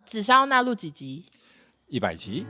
紫砂那录几集 ？100集。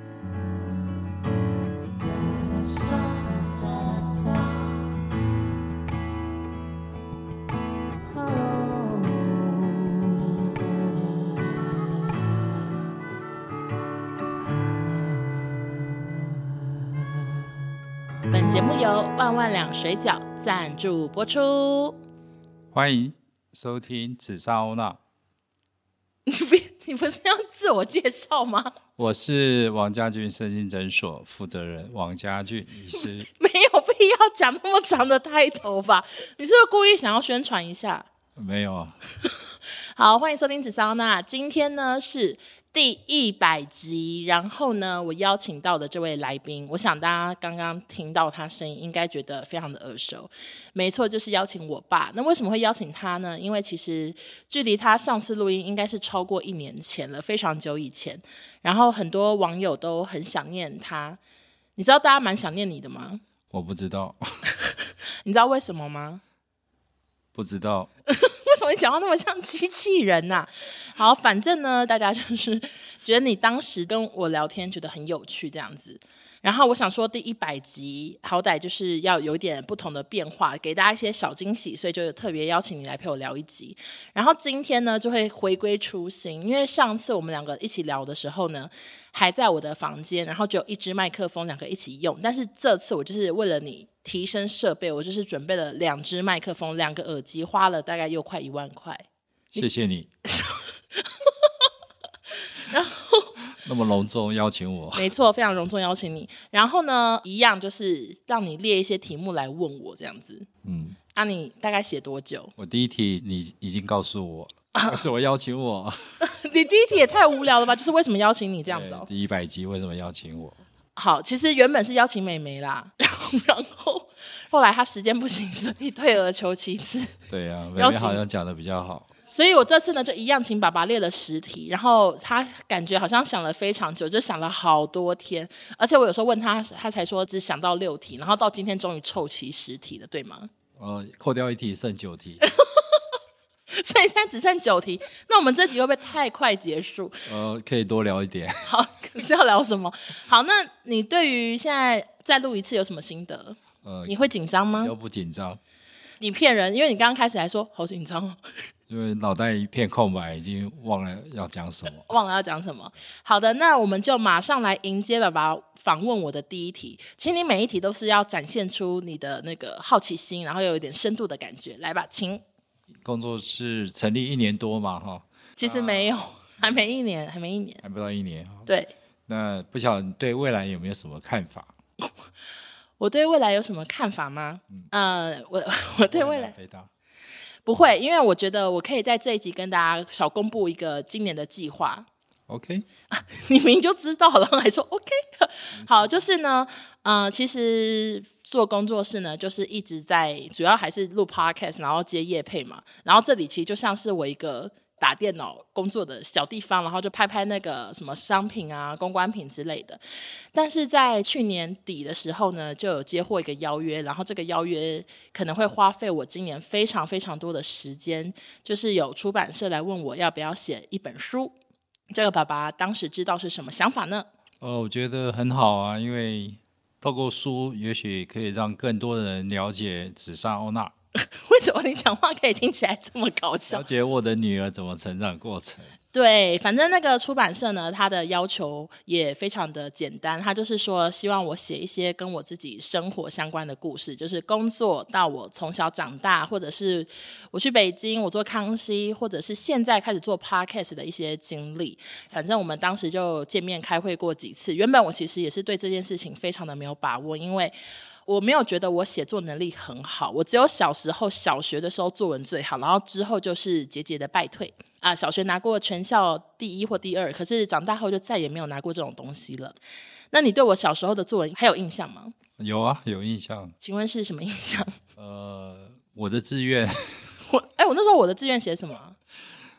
本节目由万万两水饺赞助播出。 欢迎收听紫砂欧娜。 你不是要自我介绍吗？ 我是王家俊身心诊所负责人王家俊医师。 没有必要讲那么长的title吧？你是不是故意想要宣传一下？ 没有啊。 好，欢迎收听紫砂欧娜。今天呢是第100集，然后呢，我邀请到的这位来宾，我想大家刚刚听到他声音，应该觉得非常的耳熟。没错，就是邀请我爸。那为什么会邀请他呢？因为其实距离他上次录音应该是超过1年前了，非常久以前。然后很多网友都很想念他。你知道大家蛮想念你的吗？ 我不知道。 你知道为什么吗？ 不知道。 为什么你讲话那么像机器人啊？好，反正呢，大家就是觉得你当时跟我聊天觉得很有趣这样子。然后我想说，第100集好歹就是要有一点不同的变化，给大家一些小惊喜，所以就特别邀请你来陪我聊一集。然后今天呢，就会回归初心，因为上次我们两个一起聊的时候呢，还在我的房间，然后只有一支麦克风，两个一起用。但是这次我就是为了你提升设备，我就是准备了2支麦克风、2个耳机，花了大概又快1万块。 谢谢你。 然后那么隆重邀请我。 没错，非常隆重邀请你。然后呢，一样就是让你列一些题目来问我这样子。你大概写多久？ 我第一题你已经告诉我了，为什么邀请我？ 你第一题也太无聊了吧？就是为什么邀请你这样子第100集为什么邀请我？ 好，其实原本是邀请美眉啦，然后后来她时间不行，所以退而求其次。 对啊，美眉好像讲的比较好。 所以我这次呢就一样请爸爸列了10题，然后他感觉好像想了非常久，就想了好多天，而且我有时候问他，他才说只想到6题，然后到今天终于凑齐10题了，对吗？ 扣掉1题剩9题。 所以现在只剩9题，那我们这集会不会太快结束？ 可以多聊一点。 好，可是要聊什么？好，那你对于现在再录一次有什么心得？你会紧张吗？ 比较不紧张。 你骗人，因为你刚刚开始还说好紧张哦。 因为脑袋一片空白，已经忘了要讲什么。好的，那我们就马上来迎接爸爸访问我的第一题。请你每一题都是要展现出你的那个好奇心，然后有一点深度的感觉。来吧，请。 工作室成立1年多嘛，哈。 其实没有，还没一年， 还不到1年。 对。 那不晓得你对未来有没有什么看法？ 我对未来有什么看法吗？我对未来不会，因为我觉得我可以在这一集跟大家少公布一个今年的计划。 OK， 你明明就知道了，还说 OK。好，就是呢，其实做工作室呢，就是一直在主要还是录 podcast， 然后接业配嘛。然后这里其实就像是我一个打电脑工作的小地方，然后就拍拍那个什么商品啊、公关品之类的。但是在去年底的时候呢，就有接获一个邀约，然后这个邀约可能会花费我今年非常非常多的时间，就是有出版社来问我要不要写一本书。这个爸爸当时知道是什么想法呢？ 我觉得很好啊，因为透过书也许可以让更多的人了解紫砂欧娜。 为什么你讲话可以听起来这么搞笑？ 了解我的女儿怎么成长过程。 对，反正那个出版社呢，他的要求也非常的简单，他就是说希望我写一些跟我自己生活相关的故事，就是工作到我从小长大，或者是我去北京我做康熙，或者是现在开始做 podcast 的一些经历。反正我们当时就见面开会过几次，原本我其实也是对这件事情非常的没有把握，因为我没有觉得我写作能力很好，我只有小学的时候作文最好，然后之后就是节节的败退啊。小学拿过全校第1或第2，可是长大后就再也没有拿过这种东西了。那你对我小时候的作文还有印象吗？ 有啊，有印象。 请问是什么印象？ 我的志愿。 我那时候我的志愿写什么？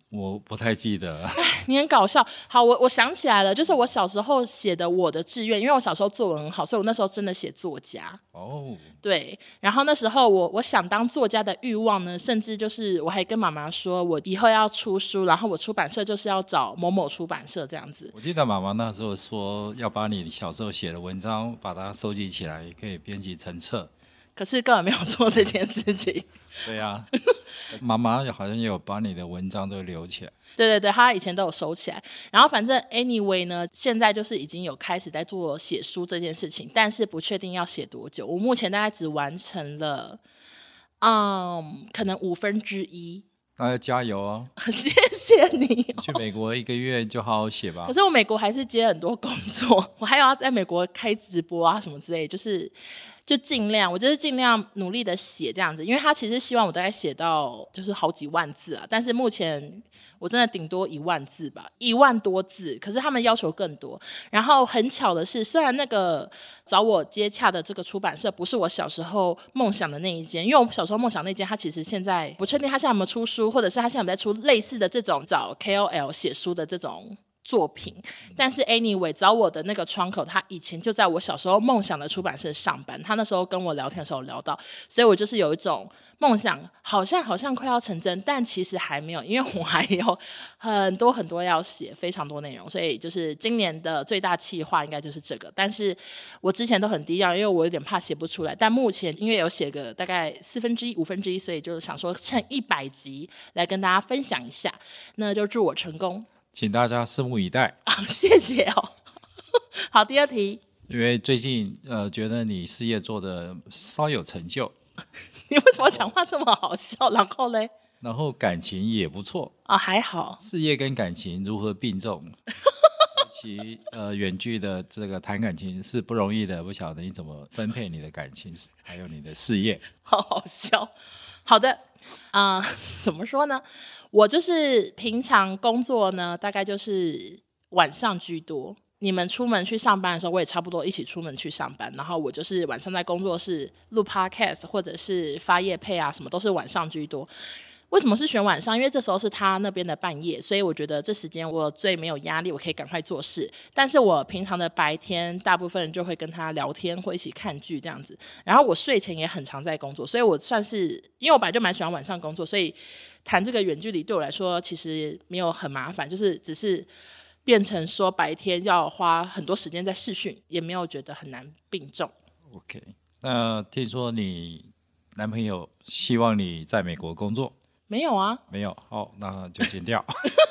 我不太记得。 你很搞笑。好，我想起来了，就是我小时候写的我的志愿，因为我小时候作文很好，所以我那时候真的写作家。对，然后那时候我想当作家的欲望呢，甚至就是我还跟妈妈说我以后要出书，然后我出版社就是要找某某出版社这样子。 我记得妈妈那时候说要把你小时候写的文章把它收集起来，可以编辑成册， 可是根本没有做这件事情。 对啊，妈妈好像也有把你的文章都留起来。 对对对，他以前都有收起来。然后反正 anyway 呢，现在就是已经有开始在做写书这件事情，但是不确定要写多久。我目前大概只完成了可能1/5。 那要加油哦。 谢谢你去美国1个月就好好写吧。 可是我美国还是接很多工作，我还有要在美国开直播啊什么之类，就尽量，我就是尽量努力的写这样子，因为他其实希望我大概写到就是好几万字啊，但是目前我真的顶多1万字吧，1万多字，可是他们要求更多。然后很巧的是，虽然那个找我接洽的这个出版社不是我小时候梦想的那一间，因为我小时候梦想那间，他其实现在不确定他现在有没有出书，或者是他现在有没有在出类似的这种找 KOL 写书的这种作品，但是 anyway 找我的那个窗口，他以前就在我小时候梦想的出版社上班，他那时候跟我聊天的时候聊到，所以我就是有一种梦想好像快要成真，但其实还没有，因为我还有很多要写，非常多内容，所以就是今年的最大企划应该就是这个。但是我之前都很低调，因为我有点怕写不出来，但目前因为有写个大概1/4、1/5，所以就想说趁100集来跟大家分享一下，那就祝我成功，请大家拭目以待。 谢谢哦。好，第2题。 因为最近觉得你事业做得稍有成就。 你为什么讲话这么好笑？然后嘞？ 然后感情也不错还好。 事业跟感情如何并重？尤其远距的这个谈感情是不容易的，不晓得你怎么分配你的感情，还有你的事业。 好好笑。好的，怎么说呢？我就是平常工作呢，大概就是晚上居多。你们出门去上班的时候，我也差不多一起出门去上班。然后我就是晚上在工作室录 podcast 或者是发业配啊，什么都是晚上居多。为什么是选晚上？因为这时候是他那边的半夜，所以我觉得这时间我最没有压力，我可以赶快做事。但是我平常的白天大部分就会跟他聊天或一起看剧这样子。然后我睡前也很常在工作，所以我算是因为我本来就蛮喜欢晚上工作，所以谈这个远距离对我来说其实没有很麻烦，就是只是变成说白天要花很多时间在视讯，也没有觉得很难并重。 OK， 那听说你男朋友希望你在美国工作？ 没有啊。 没有。好，那就剪掉。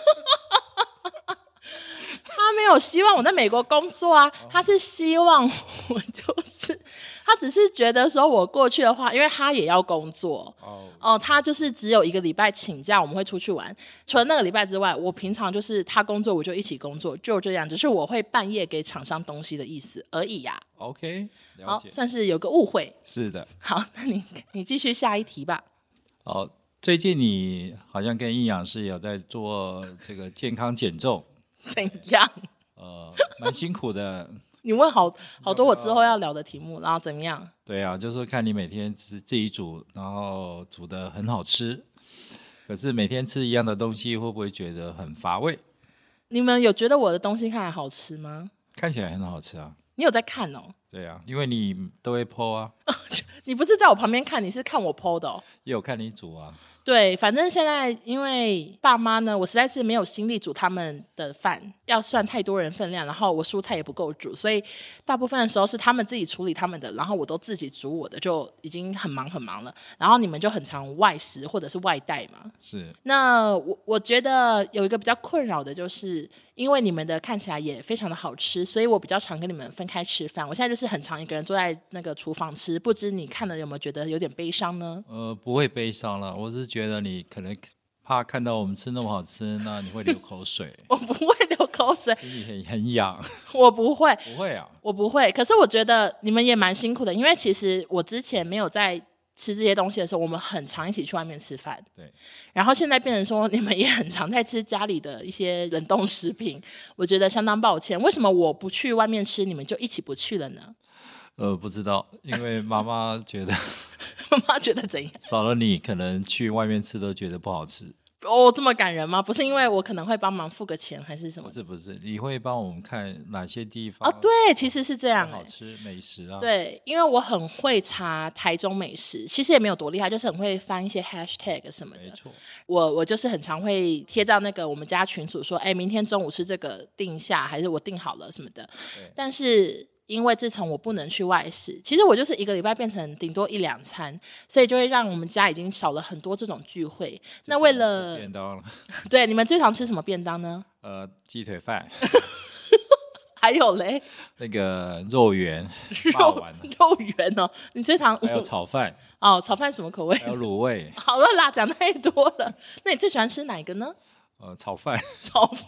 他没有希望我在美国工作啊，他是希望我就是他只是觉得说我过去的话，因为他也要工作他就是只有1个礼拜请假，我们会出去玩。除了那个礼拜之外，我平常就是他工作我就一起工作，就这样，只是我会半夜给厂商东西的意思而已呀。 OK， 了解。好，算是有个误会。 是的。 好，那你继续下一题吧。 好，最近你好像跟营养师有在做这个健康减重。 怎样？ 蛮辛苦的。 你问好多我之后要聊的题目，然后怎么样？ 对啊，就是看你每天自己煮，然后煮得很好吃，可是每天吃一样的东西，会不会觉得很乏味？ 你们有觉得我的东西看起来好吃吗？ 看起来很好吃啊。 你有在看哦？ 对啊，因为你都会 po 啊。 你不是在我旁边看，你是看我 po 的哦。 也有看你煮啊。 对，反正现在因为爸妈呢，我实在是没有心力煮他们的饭，要算太多人分量，然后我蔬菜也不够煮，所以大部分的时候是他们自己处理他们的，然后我都自己煮我的，就已经很忙了。然后你们就很常外食或者是外带嘛。 是。 那我觉得有一个比较困扰的就是，因为你们的看起来也非常的好吃，所以我比较常跟你们分开吃饭。我现在就是很常一个人坐在那个厨房吃，不知你看了有没有觉得有点悲伤呢？ 不会悲伤了，我是觉得你可能怕看到我们吃那么好吃，那你会流口水。 我不会流口水， 心里很痒。 我不会。 不会啊。 我不会。可是我觉得你们也蛮辛苦的，因为其实我之前没有在吃这些东西的时候，我们很常一起去外面吃饭。 对。 然后现在变成说你们也很常在吃家里的一些冷冻食品，我觉得相当抱歉。为什么我不去外面吃，你们就一起不去了呢？ 不知道，因为妈妈觉得妈妈觉得怎样？ 少了你，可能去外面吃都觉得不好吃。 哦，这么感人吗？不是因为我可能会帮忙付个钱还是什么？ 不是，你会帮我们看哪些地方？ 哦，对，其实是这样， 好吃美食啊。 对，因为我很会查台中美食，其实也没有多厉害，就是很会翻一些 hashtag 什么的。 没错， 我就是很常会贴到那个我们家群组说，哎，明天中午吃这个定一下，还是我定好了什么的。但是因为自从我不能去外食，其实我就是一个礼拜变成顶多1-2餐，所以就会让我们家已经少了很多这种聚会。那为了便当了， 对，你们最常吃什么便当呢？ 鸡腿饭， 还有嘞， 那个肉圆， 肉圆哦，你最常还有炒饭哦，炒饭什么口味？ 还有卤味。 好了啦，讲太多了。那你最喜欢吃哪一个呢？ 炒饭， 炒饭。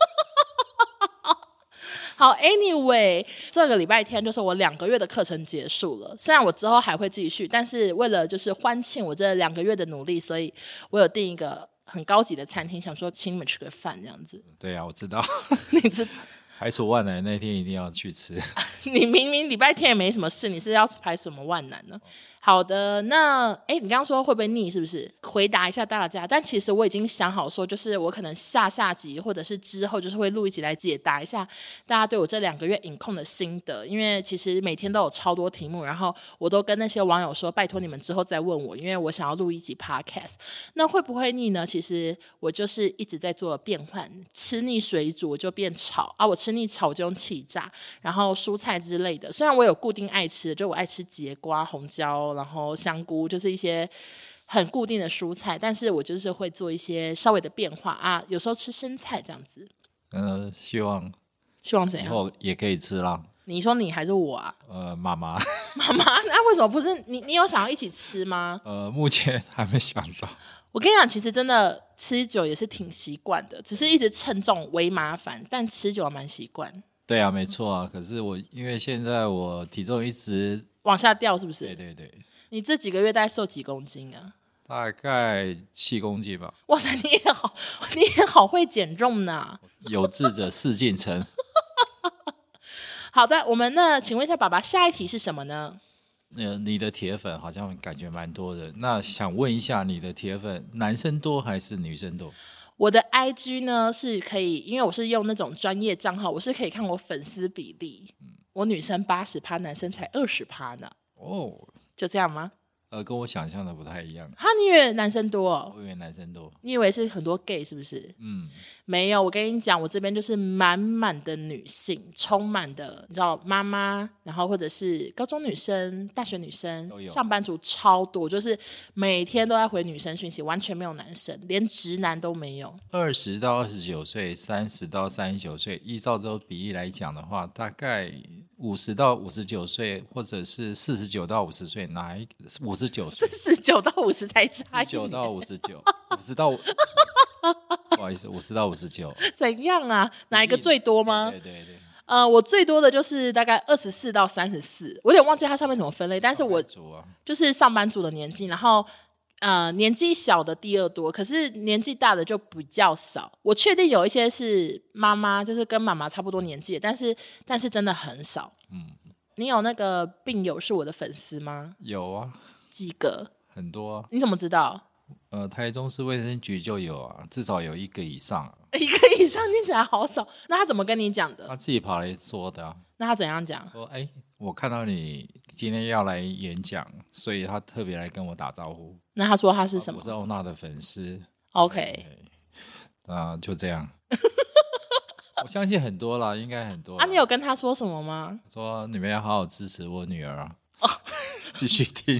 好 ，Anyway， 这个礼拜天就是我2个月的课程结束了。虽然我之后还会继续，但是为了就是欢庆我这2个月的努力，所以我有订一个很高级的餐厅，想说请你们吃个饭这样子。 对啊，我知道。 你知道排除万难那天一定要去吃。 你明明礼拜天也没什么事，你是要排什么万难呢？好的，那你刚刚说会不会腻，是不是？回答一下大家，但其实我已经想好说，就是我可能下集或者是之后，就是会录一集来解答一下大家对我这2个月饮控的心得，因为其实每天都有超多题目，然后我都跟那些网友说，拜托你们之后再问我，因为我想要录一集 podcast。那会不会腻呢？其实我就是一直在做变换，吃腻水煮我就变炒啊，我吃腻炒就用气炸，然后蔬菜之类的，虽然我有固定爱吃的，就我爱吃节瓜、红椒，然后香菇，就是一些很固定的蔬菜，但是我就是会做一些稍微的变化啊，有时候吃生菜这样子。 希望怎样？ 以后也可以吃啦。 你说你还是我啊？ 妈妈， 那为什么不是你？你有想要一起吃吗？ 目前还没想到。 我跟你讲，其实真的吃久也是挺习惯的，只是一直称重为麻烦，但吃久蛮习惯。 对啊，没错啊。可是因为现在我体重一直往下掉，是不是？ 对。 你这几个月大概瘦几公斤啊？ 大概7公斤吧。 哇塞，你也好会减重呢。 有志者事竟成。 好的，我们呢，请问一下爸爸，下一题是什么呢？ 你的铁粉好像感觉蛮多的，那想问一下，你的铁粉男生多还是女生多？ 我的 IG 呢是可以，因为我是用那种专业账号，我是可以看我粉丝比例。我女生80%，男生才20%呢。 哦， 就这样吗？ 跟我想象的不太一样。 哈，你以为男生多哦？ 我以为男生多。 你以为是很多 gay 是不是？没有，我跟你讲，我这边就是满满的女性，充满的，你知道妈妈，然后或者是高中女生、大学女生、上班族超多，就是每天都在回女生讯息，完全没有男生，连直男都没有。 20到29岁，30到39岁，依照这个比例来讲的话，大概50到59岁，或者是49到50岁，哪一个59岁 ？49到50才差一点。 49到59，50到不好意思，50到59。 怎样啊？哪一个最多吗？ 对。 我最多的就是大概24到34，我有点忘记它上面怎么分类，但是我就是上班族的年纪，然后年纪小的第2多，可是年纪大的就比较少。我确定有一些是妈妈，就是跟妈妈差不多年纪的，但是真的很少。你有那个病友是我的粉丝吗？ 有啊。 几个？ 很多啊。 你怎么知道？ 台中市卫生局就有啊，至少有1个以上啊。 1个以上听起来好少，那他怎么跟你讲的？ 他自己跑来说的啊。 那他怎样讲？ 说我看到你今天要来演讲，所以他特别来跟我打招呼。 那他说他是什么？ 我是欧娜的粉丝。 OK， 就这样。我相信很多啦，应该很多。 你有跟他说什么吗？ 说你们要好好支持我女儿啊。继续听。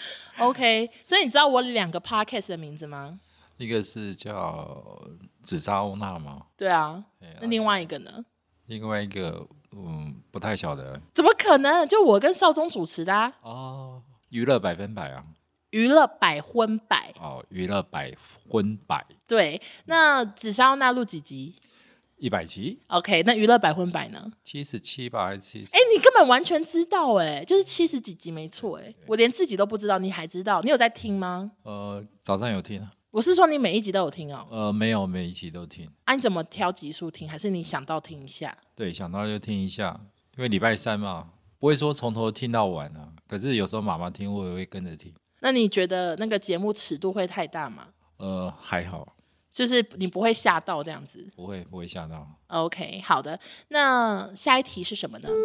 OK， 所以你知道我2个 podcast 的名字吗？ 一个是叫紫砂欧娜吗？ 对啊。那另外一个呢？ 另外一个不太晓得。 怎么可能？就我跟少宗主持的啊。 娱乐100%啊。 娱乐百分百。 娱乐100%。 对，那紫砂欧娜录几集 ？100集。 OK， 那娱乐100%呢 ？77吧，还是70？ 你根本完全知道就是70几集没错我连自己都不知道，你还知道？你有在听吗？ 早上有听啊。 我是说你每一集都有听哦。 没有，每一集都听。 你怎么挑集数听？还是你想到听一下？ 对，想到就听一下，因为礼拜3嘛，不会说从头听到晚啊。可是有时候妈妈听，我也会跟着听。 那你觉得那个节目尺度会太大吗？ 还好。 就是你不会吓到这样子？ 不会吓到。 OK， 好的，那下一题是什么呢？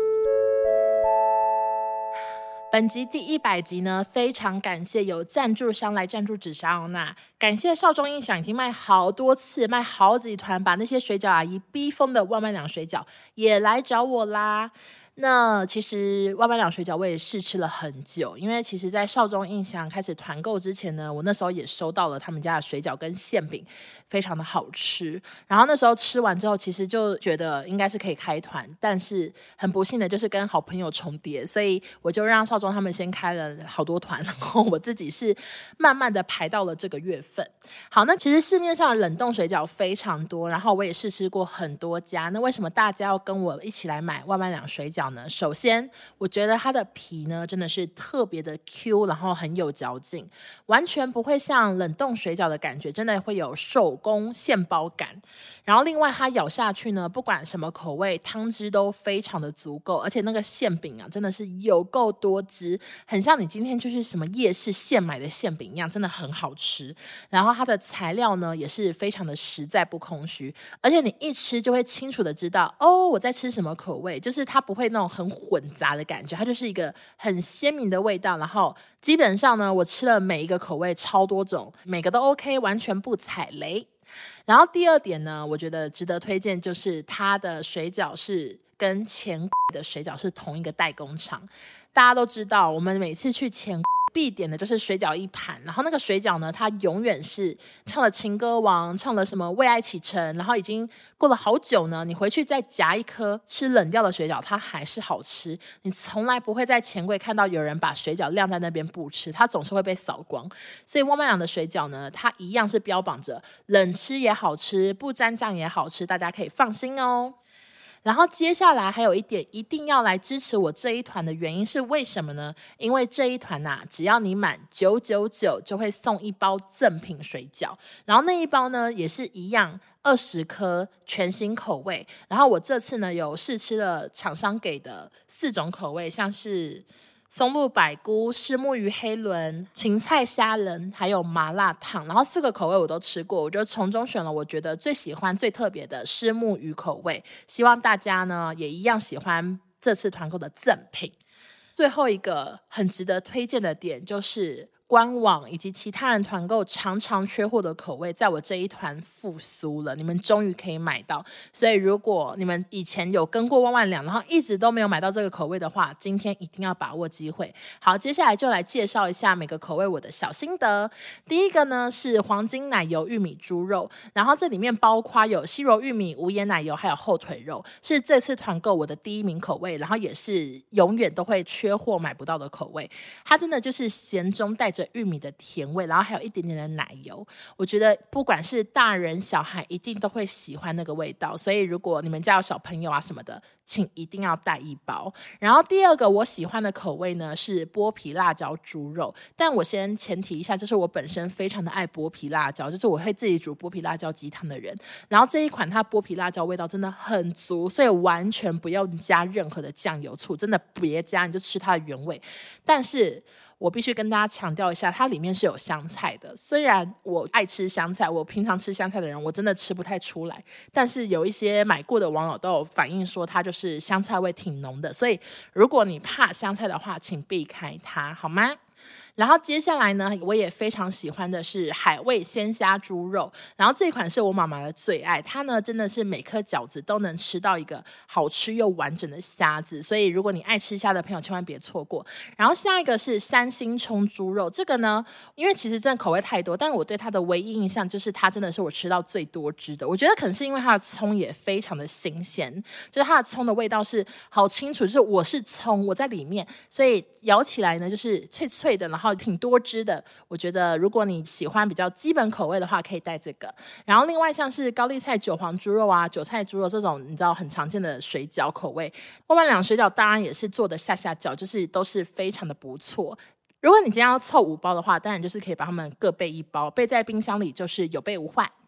本集第100集呢，非常感谢有赞助商来赞助紫砂欧娜，感谢少中印象已经卖好多次，卖好几团，把那些水饺阿姨逼疯的万万两水饺也来找我啦。那其实万万两水饺我也试吃了很久，因为其实在少中印象开始团购之前呢，我那时候也收到了他们家的水饺跟馅饼，非常的好吃。然后那时候吃完之后，其实就觉得应该是可以开团，但是很不幸的就是跟好朋友重叠，所以我就让少中他们先开了好多团，然后我自己是慢慢的排到了这个月份。好，那其实市面上的冷冻水饺非常多，然后我也试吃过很多家。那为什么大家要跟我一起来买万万两水饺呢？首先我觉得它的皮呢真的是特别的 Q， 然后很有嚼劲，完全不会像冷冻水饺的感觉，真的会有手工现包感。然后另外它咬下去呢，不管什么口味，汤汁都非常的足够，而且那个馅饼啊真的是有够多汁，很像你今天就是什么夜市现买的馅饼一样，真的很好吃。然后它的材料呢也是非常的实在不空虚，而且你一吃就会清楚的知道哦我在吃什么口味，就是它不会那种很混杂的感觉，它就是一个很鲜明的味道。然后基本上呢我吃了每一个口味超多种，每个都 OK， 完全不踩雷。然后第二点呢，我觉得值得推荐，就是它的水饺是跟钱的水饺是同一个代工厂。大家都知道，我们每次去钱必点的就是水饺一盘，然后那个水饺呢，它永远是唱了情歌王，唱了什么为爱启程，然后已经过了好久呢，你回去再夹一颗吃冷掉的水饺，它还是好吃。你从来不会在钱柜看到有人把水饺晾在那边不吃，它总是会被扫光。所以汪麦郎的水饺呢，它一样是标榜着冷吃也好吃，不沾酱也好吃，大家可以放心哦。然后接下来还有一点一定要来支持我这一团的原因是为什么呢？因为这一团啊，只要你满999就会送一包赠品水饺，然后那一包呢也是一样20颗全新口味。然后我这次呢有试吃了厂商给的4种口味，像是松露百菇、虱目鱼黑轮、芹菜虾仁，还有麻辣烫，然后4个口味我都吃过，我就从中选了我觉得最喜欢最特别的虱目鱼口味，希望大家呢也一样喜欢这次团购的赠品。最后一个很值得推荐的点就是官网以及其他人团购常常缺货的口味，在我这一团复苏了，你们终于可以买到。所以如果你们以前有跟过万万两，然后一直都没有买到这个口味的话，今天一定要把握机会。好，接下来就来介绍一下每个口味我的小心得。第一个呢是黄金奶油玉米猪肉，然后这里面包括有西柔玉米、无盐奶油还有后腿肉，是这次团购我的第1名口味，然后也是永远都会缺货买不到的口味。它真的就是咸中带着玉米的甜味，然后还有一点点的奶油，我觉得不管是大人小孩一定都会喜欢那个味道，所以如果你们家有小朋友啊什么的，请一定要带一包。然后第二个我喜欢的口味呢是剥皮辣椒猪肉，但我先前提一下，就是我本身非常的爱剥皮辣椒，就是我会自己煮剥皮辣椒鸡汤的人。然后这一款它剥皮辣椒味道真的很足，所以完全不用加任何的酱油醋，真的别加，你就吃它的原味。但是我必须跟大家强调一下，它里面是有香菜的。虽然我爱吃香菜，我平常吃香菜的人我真的吃不太出来，但是有一些买过的网友都有反映说它就是香菜味挺浓的，所以如果你怕香菜的话，请避开它好吗？然后接下来呢，我也非常喜欢的是海味鲜虾猪肉，然后这一款是我妈妈的最爱，它呢真的是每颗饺子都能吃到一个好吃又完整的虾子，所以如果你爱吃虾的朋友千万别错过。然后下一个是三星葱猪肉，这个呢因为其实真的口味太多，但是我对它的唯一印象就是它真的是我吃到最多汁的。我觉得可能是因为它的葱也非常的新鲜，就是它的葱的味道是好清楚，就是我是葱我在里面，所以咬起来呢就是脆脆的，然后挺多汁的。我觉得如果你喜欢比较基本口味的话，可以带这个。然后另外像是高丽菜韭黄猪肉啊、韭菜猪肉这种你知道很常见的水饺口味，万万两水饺当然也是做的下下饺，就是都是非常的不错。如果你今天要凑5包的话，当然就是可以把它们各备1包，备在冰箱里就是有备无患。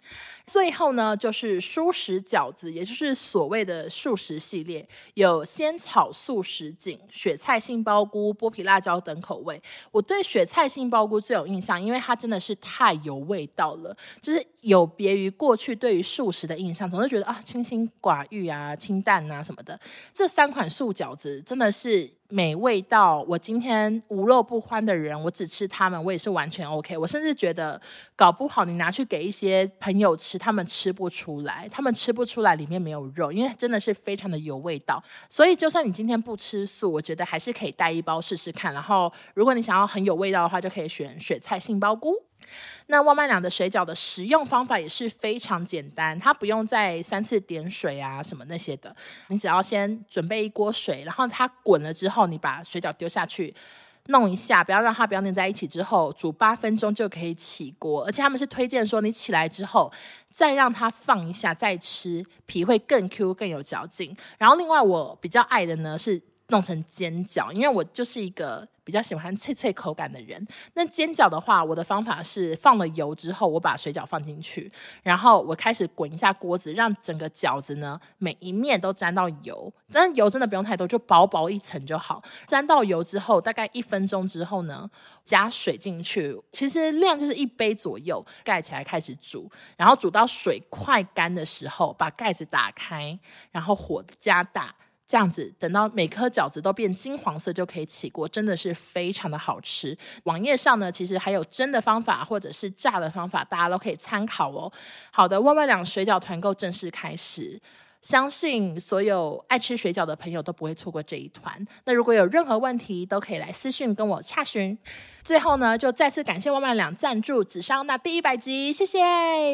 最后呢就是蔬食饺子，也就是所谓的素食系列，有鲜炒素什锦、雪菜杏鲍菇、剥皮辣椒等口味。我对雪菜杏鲍菇最有印象，因为它真的是太有味道了，就是有别于过去对于素食的印象，总是觉得啊清心寡欲啊、清淡啊什么的。这3款素饺子真的是美味到我今天无肉不欢的人，我只吃它们我也是完全 OK。 我甚至觉得搞不好你拿去给一些朋友吃，他们吃不出来里面没有肉，因为真的是非常的有味道。所以就算你今天不吃素，我觉得还是可以带一包试试看，然后如果你想要很有味道的话，就可以选雪菜杏鲍菇。那万麦良的水饺的食用方法也是非常简单，它不用再3次点水啊什么那些的，你只要先准备一锅水，然后它滚了之后，你把水饺丢下去弄一下，不要让它不要粘在一起，之后煮8分钟就可以起锅。而且他们是推荐说你起来之后再让它放一下再吃，皮会更 Q 更有嚼劲。然后另外我比较爱的呢是弄成煎饺，因为我就是一个比较喜欢脆脆口感的人。那煎饺的话，我的方法是放了油之后，我把水饺放进去，然后我开始滚一下锅子，让整个饺子呢每一面都沾到油，但油真的不用太多，就薄薄一层就好。沾到油之后，大概1分钟之后呢，加水进去，其实量就是1杯左右，盖起来开始煮，然后煮到水快干的时候，把盖子打开，然后火加大。这样子等到每颗饺子都变金黄色就可以起锅，真的是非常的好吃。网页上呢其实还有蒸的方法或者是炸的方法，大家都可以参考哦。好的，万麦良水饺团购正式开始，相信所有爱吃水饺的朋友都不会错过这一团。那如果有任何问题都可以来私讯跟我洽询。最后呢就再次感谢万麦良赞助紫砂那第100集，谢谢。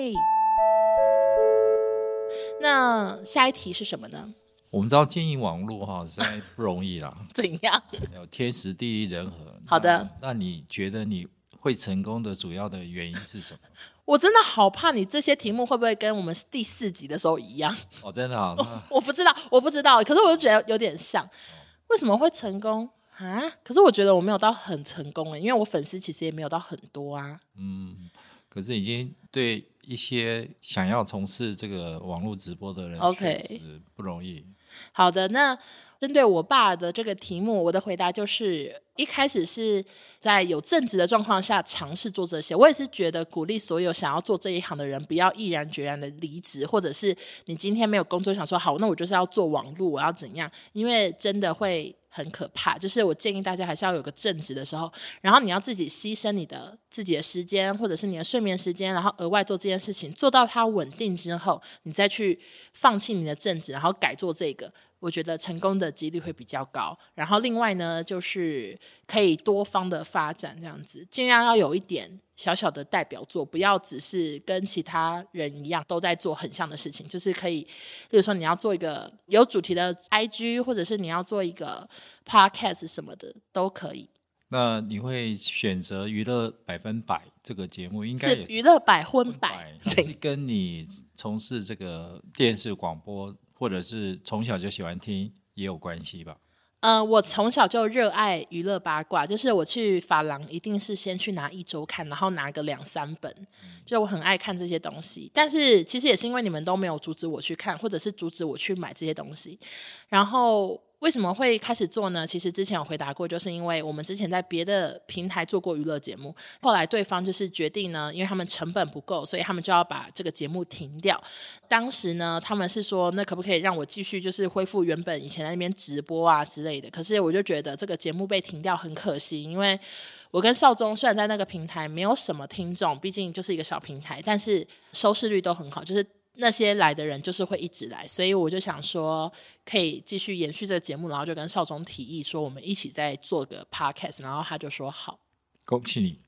那下一题是什么呢？ 我们知道经营网络实在不容易啦怎样？ 有天时地利人和。 好的， 那你觉得你会成功的主要的原因是什么？ 我真的好怕你这些题目会不会跟我们第4集的时候一样。 真的啊？ 我不知道，可是我就觉得有点像。为什么会成功啊？可是我觉得我没有到很成功因为我粉丝其实也没有到很多啊。 可是已经对一些想要从事这个网络直播的人确实不容易。 好的，那针对我爸的这个题目，我的回答就是一开始是在有正职的状况下尝试做这些。我也是觉得鼓励所有想要做这一行的人不要毅然决然的离职，或者是你今天没有工作想说好那我就是要做网路我要怎样，因为真的会很可怕。就是我建议大家还是要有个正职的时候，然后你要自己牺牲自己的时间或者是你的睡眠时间，然后额外做这件事情，做到它稳定之后你再去放弃你的正职，然后改做这个，我觉得成功的几率会比较高。然后另外呢就是可以多方的发展，这样子尽量要有一点小小的代表作，不要只是跟其他人一样都在做很像的事情。就是可以例如说你要做一个有主题的 IG， 或者是你要做一个 Podcast 什么的都可以。 那你会选择娱乐100%这个节目，应该也是娱乐百分百， 是跟你从事这个电视广播或者是从小就喜欢听也有关系吧？ 我从小就热爱娱乐八卦，就是我去发廊一定是先去拿1周刊，然后拿个2-3本，就我很爱看这些东西。但是其实也是因为你们都没有阻止我去看，或者是阻止我去买这些东西。然后为什么会开始做呢？其实之前有回答过，就是因为我们之前在别的平台做过娱乐节目，后来对方就是决定呢，因为他们成本不够，所以他们就要把这个节目停掉。当时呢他们是说那可不可以让我继续就是恢复原本以前在那边直播啊之类的，可是我就觉得这个节目被停掉很可惜。因为我跟少宗虽然在那个平台没有什么听众，毕竟就是一个小平台，但是收视率都很好，就是那些来的人就是会一直来，所以我就想说可以继续延续这个节目，然后就跟少宗提议说我们一起再做个 podcast， 然后他就说好。 恭喜你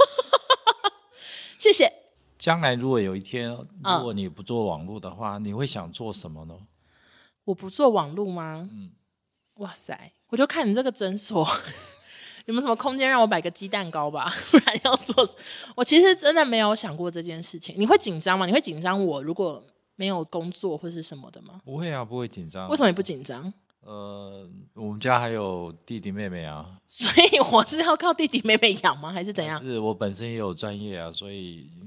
谢谢。 将来如果有一天如果你不做网络的话，你会想做什么呢？ 我不做网络吗？哇塞，我就看你这个诊所有没有什么空间让我摆个鸡蛋糕吧，不然要做。我其实真的没有想过这件事情。你会紧张吗？你会紧张我如果没有工作或是什么的吗？ 不会啊，不会紧张。 为什么你不紧张？ 我们家还有弟弟妹妹啊， 所以我是要靠弟弟妹妹养吗？还是怎样？ 是我本身也有专业啊，所以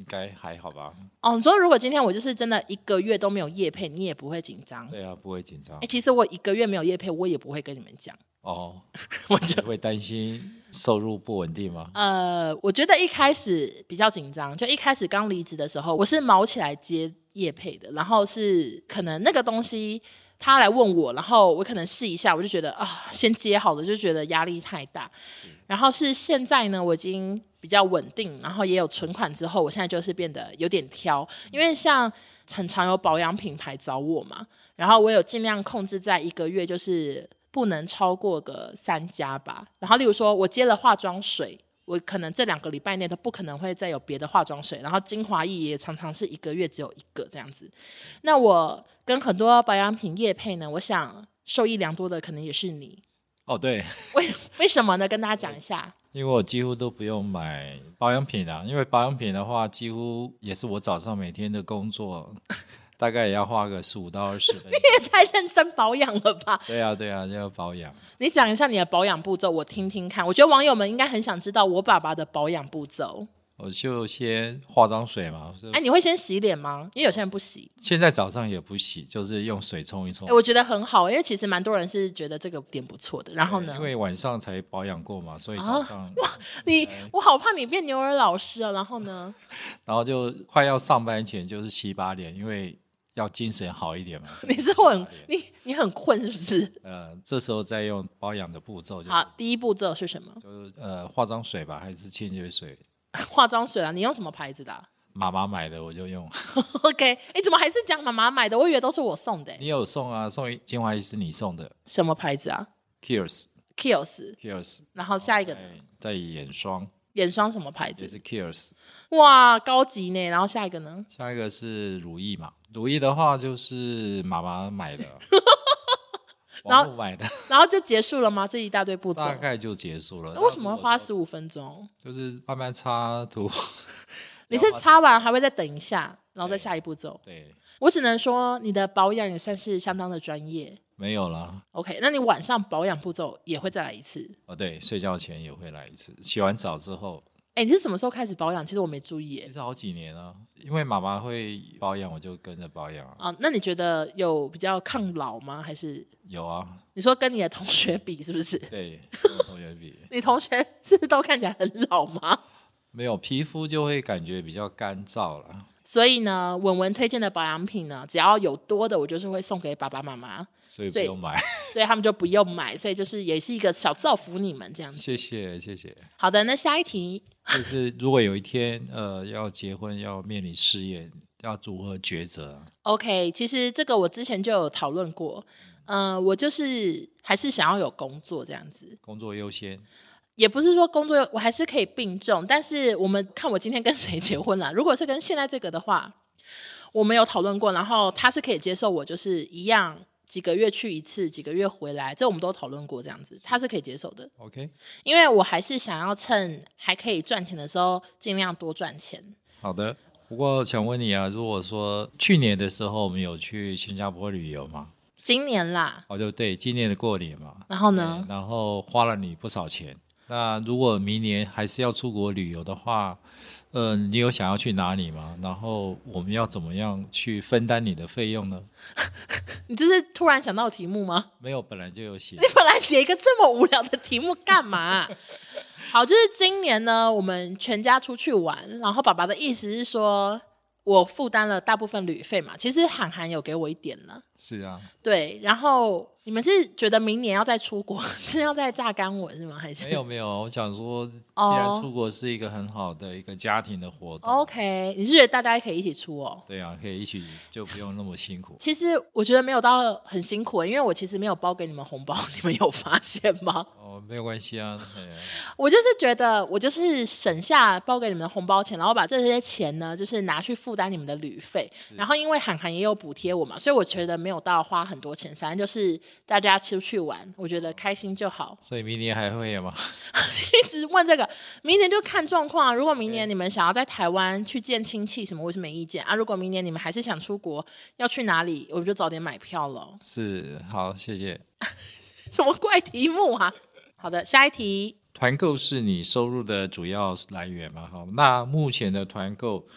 该还好吧。 你说如果今天我就是真的1个月都没有业配，你也不会紧张？ 对啊，不会紧张。 其实我1个月没有业配，我也不会跟你们讲。 我就会担心收入不稳定吗？ 我觉得一开始比较紧张，就一开始刚离职的时候，我是卯起来接业配的，然后是可能那个东西他来问我，然后我可能试一下，我就觉得先接好了，就觉得压力太大。然后是现在呢，我已经比较稳定，然后也有存款之后，我现在就是变得有点挑，因为像很常有保养品牌找我嘛，然后我有尽量控制在1个月就是不能超过个3家吧。然后例如说我接了化妆水，我可能这2个礼拜内都不可能会再有别的化妆水，然后精华液也常常是1个月只有1个这样子。那我跟很多保养品业配呢，我想受益良多的可能也是你。 对， 为什么呢？跟大家讲一下。 因为我几乎都不用买保养品因为保养品的话几乎也是我早上每天的工作大概也要花个15到20分钟。 你也太认真保养了吧？ 对啊，就要保养。 你讲一下你的保养步骤，我听听看。我觉得网友们应该很想知道我爸爸的保养步骤。 我就先化妆水嘛。 你会先洗脸吗？因为有些人不洗。 现在早上也不洗，就是用水冲一冲。 我觉得很好，因为其实蛮多人是觉得这个点不错的。然后呢？ 因为晚上才保养过嘛，所以早上。 我好怕你变牛耳老师啊！然后呢？ 然后就快要上班前就是洗把脸，因为要精神好一点嘛。 你很困是不是？ 这时候再用保养的步骤。 好，第一步骤是什么？ 就是化妆水吧，还是清洁水？ 化妆水啊，你用什么牌子的？ 妈妈买的我就用。 OK， 怎么还是讲妈妈买的？我以为都是我送的。 你有送啊？送精华液是你送的。 什么牌子啊？ Kiehl's。 然后下一个呢？ 再眼霜。 眼霜什么牌子？ 也是 Kiehl's。 哇，高级呢。然后下一个呢？ 下一个是乳液嘛。乳液的话就是妈妈买的。网络买的。 然后就结束了吗？这一大堆步骤大概就结束了。 那为什么会花15分钟？ 就是慢慢擦涂。 你是擦完还会再等一下，然后再下一步骤？ 对， 我只能说你的保养也算是相当的专业。 没有啦。 OK， 那你晚上保养步骤也会再来一次？ 对，睡觉前也会来一次，洗完澡之后。 你是什么时候开始保养？其实我没注意。 其实好几年了，因为妈妈会保养，我就跟着保养那你觉得有比较抗老吗？还是？ 有啊。 你说跟你的同学比是不是？ 对，跟我同学比。 你同学是不是都看起来很老吗？ 没有，皮肤就会感觉比较干燥了。 所以呢，文文推荐的保养品呢，只要有多的，我就是会送给爸爸妈妈， 所以不用买。 对，他们就不用买，所以就是也是一个小造福你们这样子。 谢谢。 好的，那下一题就是如果有一天要结婚，要面临事业，要如何抉择 ？OK， 其实这个我之前就有讨论过。我就是还是想要有工作这样子， 工作优先。 也不是说工作我还是可以并重，但是我们看我今天跟谁结婚了。如果是跟现在这个的话，我们有讨论过，然后他是可以接受我就是一样几个月去一次，几个月回来，这我们都讨论过这样子，他是可以接受的。 OK， 因为我还是想要趁还可以赚钱的时候尽量多赚钱。 好的。不过想问你啊，如果说去年的时候我们有去新加坡旅游吗？ 今年啦。 对，今年的过年嘛。 然后呢？ 然后花了你不少钱。那如果明年还是要出国旅游的话，你有想要去哪里吗？然后我们要怎么样去分担你的费用呢？ 你这是突然想到的题目吗？ 没有，本来就有写。 你本来写一个这么无聊的题目干嘛？好，就是今年呢，我们全家出去玩，然后爸爸的意思是说我负担了大部分旅费嘛，其实涵涵有给我一点了。 是啊。 对，然后你们是觉得明年要再出国是要再榨干我是吗？还是没有，我想说既然出国是一个很好的一个家庭的活动。 OK， 你是觉得大家可以一起出哦？ 对啊，可以一起，就不用那么辛苦。 其实我觉得没有到很辛苦，因为我其实没有包给你们红包，你们有发现吗？ 没有关系啊。 我就是觉得我就是省下包给你们的红包钱，然后把这些钱呢就是拿去负担你们的旅费，然后因为涵涵也有补贴我嘛，所以我觉得没有到花很多钱，反正就是大家出去玩，我觉得开心就好。 所以明年还会有吗？ 一直问这个，明年就看状况啊。如果明年你们想要在台湾去见亲戚什么，我是没意见啊。如果明年你们还是想出国，要去哪里，我们就早点买票了。 是，好，谢谢。 什么怪题目啊？好的，下一题。 团购是你收入的主要来源吗？好，那目前的团购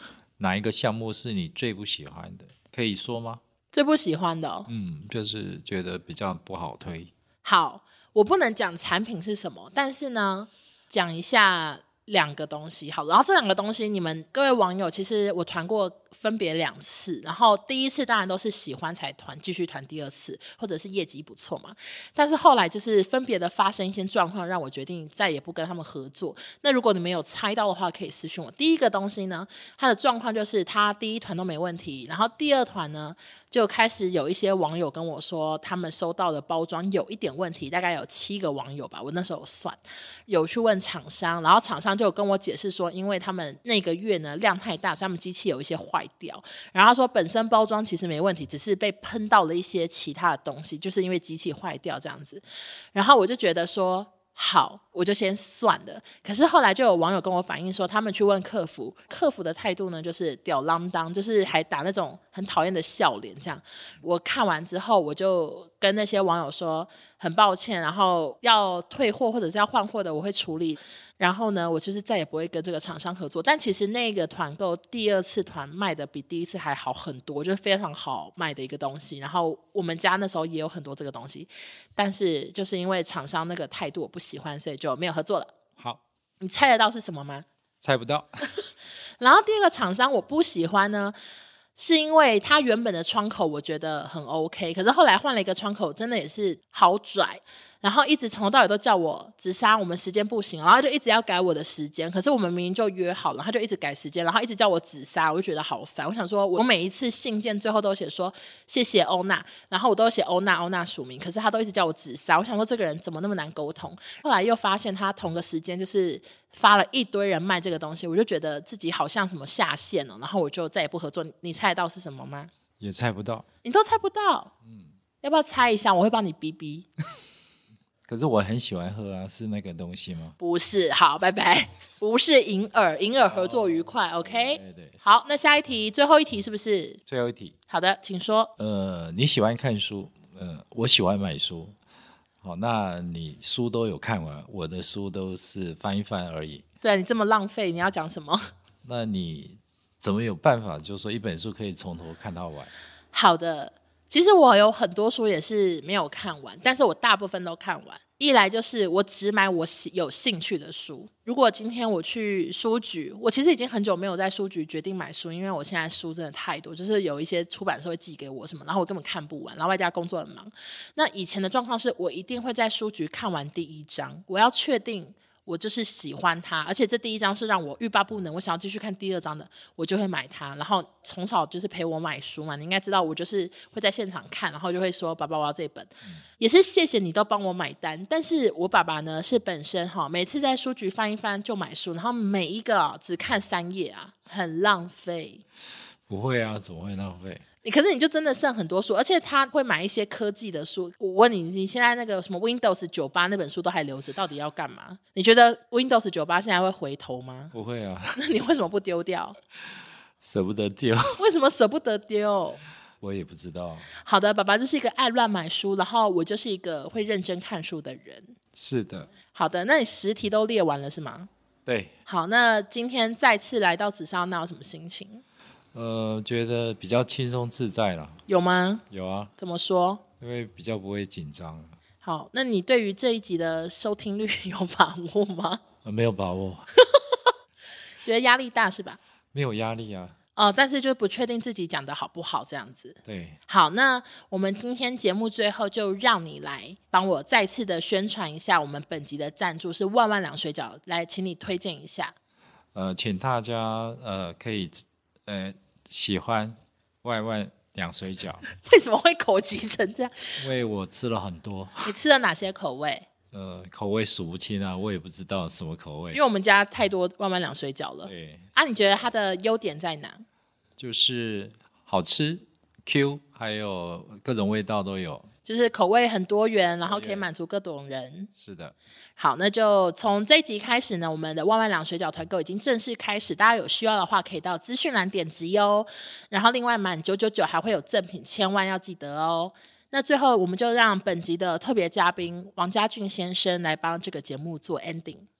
哪一个项目是你最不喜欢的？可以说吗？ 最不喜欢的哦， 就是觉得比较不好推。 好，我不能讲产品是什么，但是呢，讲一下2个东西好，然后这2个东西，你们各位网友，其实我团过分别2次，然后第一次当然都是喜欢才团，继续团第2次，或者是业绩不错嘛。但是后来就是分别的发生一些状况，让我决定再也不跟他们合作。那如果你们有猜到的话，可以私讯我。第一个东西呢，它的状况就是他第1团都没问题，然后第2团呢，就开始有一些网友跟我说，他们收到的包装有一点问题，大概有7个网友吧，我那时候有算，有去问厂商，然后厂商就有跟我解释说，因为他们那个月呢量太大，所以他们机器有一些坏掉，然后他说本身包装其实没问题，只是被喷到了一些其他的东西，就是因为机器坏掉这样子。然后我就觉得说好，我就先算了。可是后来就有网友跟我反映说，他们去问客服，客服的态度呢就是吊郎当，就是还打那种很讨厌的笑脸这样。我看完之后，我就跟那些网友说很抱歉，然后要退货或者是要换货的我会处理。然后呢，我就是再也不会跟这个厂商合作。但其实那个团购第2次团卖的比第1次还好很多，就是非常好卖的一个东西。然后我们家那时候也有很多这个东西，但是就是因为厂商那个态度我不喜欢，所以就没有合作了。 好， 你猜得到是什么吗？ 猜不到。 然后第2个厂商我不喜欢呢，是因为他原本的窗口我觉得很 OK， 可是后来换了一个窗口，真的也是好拽。然后一直从头到尾都叫我直杀，我们时间不行，然后就一直要改我的时间，可是我们明明就约好了，他就一直改时间，然后一直叫我直杀，我就觉得好烦。我想说我每一次信件最后都写说谢谢欧娜，然后我都写欧娜署名，可是他都一直叫我直杀，我想说这个人怎么那么难沟通。后来又发现他同个时间就是发了一堆人卖这个东西，我就觉得自己好像什么下线了，然后我就再也不合作。你猜得到是什么吗？ 也猜不到。 你都猜不到？要不要猜一下？我会帮你逼逼。 可是我很喜欢喝啊，是那个东西吗？ 不是，好，拜拜。不是银耳，银耳合作愉快、OK？ 对。 好，那下一题，最后一题是不是？ 最后一题。 好的，请说。 你喜欢看书，我喜欢买书。好，那你书都有看完，我的书都是翻一翻而已。 对，你这么浪费，你要讲什么？ 那你怎么有办法，就是说一本书可以从头看到完？ 好的。其实我有很多书也是没有看完，但是我大部分都看完。一来就是我只买我有兴趣的书。如果今天我去书局，我其实已经很久没有在书局决定买书，因为我现在书真的太多，就是有一些出版社会寄给我什么，然后我根本看不完，然后外加工作很忙。那以前的状况是我一定会在书局看完第1章，我要确定我就是喜欢它，而且这第1章是让我欲罢不能，我想要继续看第2章的，我就会买它。然后从小就是陪我买书嘛，你应该知道我就是会在现场看，然后就会说爸爸我要这本，也是谢谢你都帮我买单。但是我爸爸呢是本身每次在书局翻一翻就买书，然后每一个只看3页啊，很浪费。 不会啊，怎么会浪费？ 可是你就真的剩很多书，而且他会买一些科技的书。我问你，你现在那个什么 Windows 98那本书都还留着，到底要干嘛？你觉得 Windows 98现在会回头吗？ 不会啊。 那你为什么不丢掉？ 舍不得丢。 为什么舍不得丢？ 我也不知道。 好的，爸爸就是一个爱乱买书，然后我就是一个会认真看书的人。 是的。 好的，那你10题都列完了是吗？ 对。 好，那今天再次来到紫砂，那有什么心情？ 觉得比较轻松自在啦。 有吗？ 有啊。 怎么说？ 因为比较不会紧张。 好，那你对于这一集的收听率有把握吗？ 没有把握。 觉得压力大是吧？ 没有压力啊。 但是就不确定自己讲的好不好这样子。 对。 好，那我们今天节目最后就让你来帮我再次的宣传一下，我们本集的赞助是万万两水饺，来请你推荐一下。 请大家可以喜欢万万两水饺。 为什么会口急成这样？ 因为我吃了很多。 你吃了哪些口味？ 口味数不清啊，我也不知道什么口味。 因为我们家太多万万两水饺了。 对啊，你觉得它的优点在哪？ 就是好吃 Q， 还有各种味道都有， 就是口味很多元，然后可以满足各种人。 是的。 好，那就从这一集开始呢，我们的万万两水饺团购已经正式开始，大家有需要的话可以到资讯栏点击哦。然后另外满999还会有赠品，千万要记得哦。那最后我们就让本集的特别嘉宾王家俊先生来帮这个节目做 ending。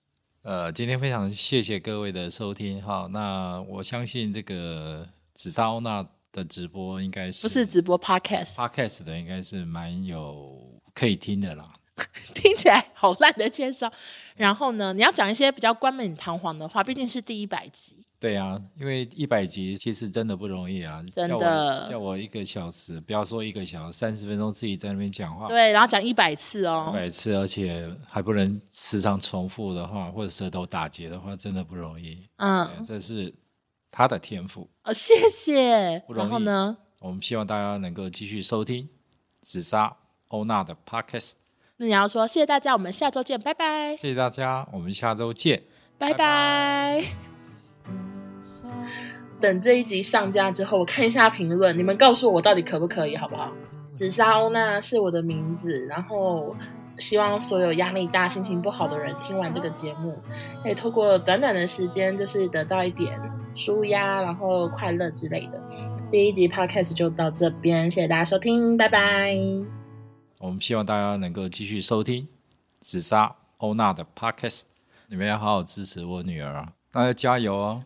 今天非常谢谢各位的收听哈。那我相信这个紫砂欧娜的直播应该是不是直播 podcast 的，应该是蛮有可以听的啦。 听起来好烂的介绍。然后呢，你要讲一些比较冠冕堂皇的话，毕竟是第100集。 对啊，因为100集其实真的不容易啊， 真的叫我1个小时，不要说1个小时，30分钟自己在那边讲话， 对，然后讲100次哦 ，100次，而且还不能时常重复的话，或者舌头打结的话，真的不容易。这是他的天赋。 谢谢。 不容易。 然后呢， 我们希望大家能够继续收听紫砂欧娜的 podcast。 那你要说谢谢大家，我们下周见，拜拜。 谢谢大家，我们下周见， 拜拜。等这一集上架之后，我看一下评论，你们告诉我到底可不可以，好不好？紫砂欧娜是我的名字，然后希望所有压力大、心情不好的人听完这个节目，可以透过短短的时间，就是得到一点抒压，然后快乐之类的。第1集 podcast 就到这边，谢谢大家收听，拜拜。 我们希望大家能够继续收听紫砂欧娜的 podcast， 你们要好好支持我女儿啊，那要加油哦。